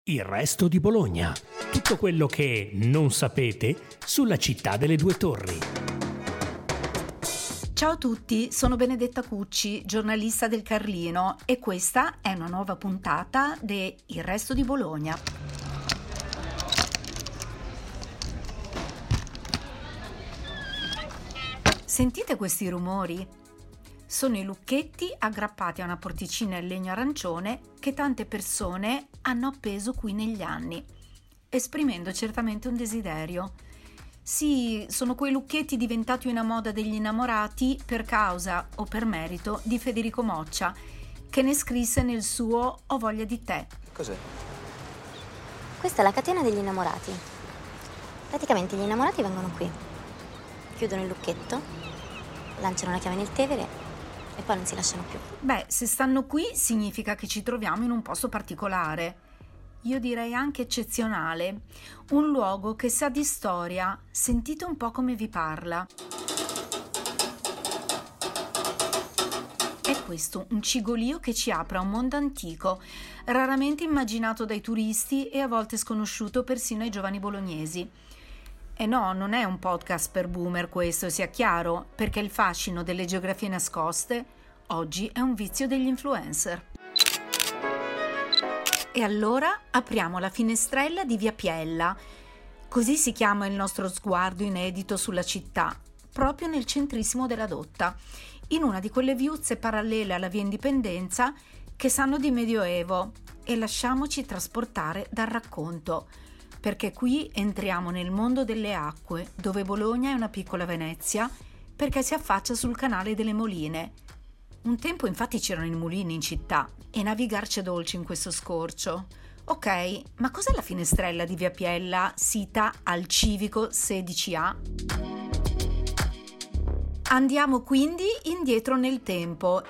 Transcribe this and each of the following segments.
Il resto di Bologna. Tutto quello che non sapete sulla città delle due torri. Ciao a tutti, sono Benedetta Cucci, giornalista del Carlino, e questa è una nuova puntata de Il resto di Bologna. Sentite questi rumori? Sono i lucchetti aggrappati a una porticina in legno arancione che tante persone hanno appeso qui negli anni, esprimendo certamente un desiderio. Sì, sono quei lucchetti diventati una moda degli innamorati per causa o per merito di Federico Moccia, che ne scrisse nel suo Ho voglia di te. Cos'è? Questa è la catena degli innamorati. Praticamente gli innamorati vengono qui, chiudono il lucchetto, lanciano la chiave nel Tevere e poi non si lasciano più. Beh, se stanno qui significa che ci troviamo in un posto particolare. Io direi anche eccezionale. Un luogo che sa di storia. Sentite un po' come vi parla. È questo, un cigolio che ci apre a un mondo antico, raramente immaginato dai turisti e a volte sconosciuto persino ai giovani bolognesi. E no, non è un podcast per boomer questo, sia chiaro, perché il fascino delle geografie nascoste oggi è un vizio degli influencer. E allora apriamo la finestrella di Via Piella, così si chiama il nostro sguardo inedito sulla città, proprio nel centrissimo della Dotta, in una di quelle viuzze parallele alla Via Indipendenza che sanno di Medioevo, e lasciamoci trasportare dal racconto, perché qui entriamo nel mondo delle acque, dove Bologna è una piccola Venezia, perché si affaccia sul canale delle Moline. Un tempo infatti c'erano i mulini in città, e navigarci è dolce in questo scorcio. Ok, ma cos'è la finestrella di Via Piella, sita al civico 16A? Andiamo quindi indietro nel tempo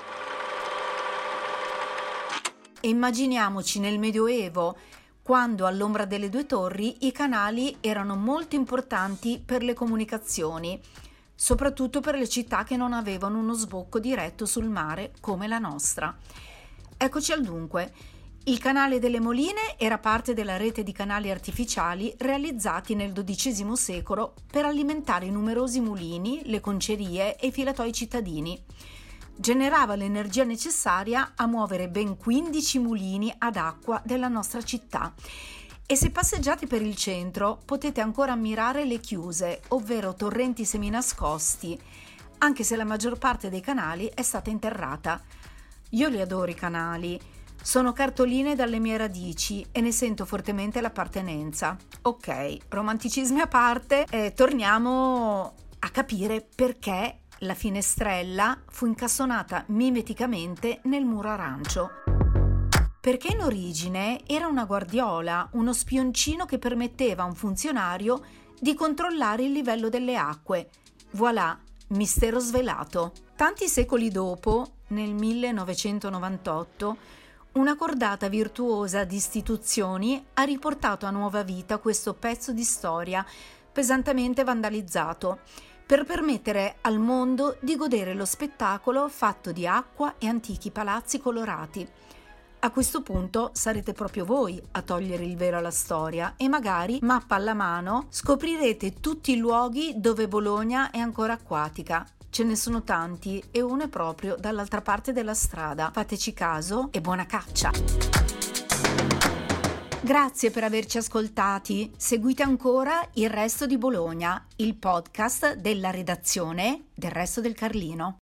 e immaginiamoci nel Medioevo, quando all'ombra delle due torri i canali erano molto importanti per le comunicazioni, soprattutto per le città che non avevano uno sbocco diretto sul mare come la nostra. Eccoci al dunque. Il canale delle Moline era parte della rete di canali artificiali realizzati nel XII secolo per alimentare i numerosi mulini, le concerie e i filatoi cittadini. Generava l'energia necessaria a muovere ben 15 mulini ad acqua della nostra città. E se passeggiate per il centro potete ancora ammirare le chiuse, ovvero torrenti seminascosti, anche se la maggior parte dei canali è stata interrata. Io li adoro i canali, sono cartoline dalle mie radici e ne sento fortemente l'appartenenza. Ok, romanticismi a parte, torniamo a capire perché la finestrella fu incastonata mimeticamente nel muro arancio. Perché in origine era una guardiola, uno spioncino che permetteva a un funzionario di controllare il livello delle acque. Voilà, mistero svelato. Tanti secoli dopo, nel 1998, una cordata virtuosa di istituzioni ha riportato a nuova vita questo pezzo di storia pesantemente vandalizzato, per permettere al mondo di godere lo spettacolo fatto di acqua e antichi palazzi colorati. A questo punto sarete proprio voi a togliere il velo alla storia e magari, mappa alla mano, scoprirete tutti i luoghi dove Bologna è ancora acquatica. Ce ne sono tanti e uno è proprio dall'altra parte della strada. Fateci caso e buona caccia! Grazie per averci ascoltati. Seguite ancora Il resto di Bologna, il podcast della redazione del Resto del Carlino.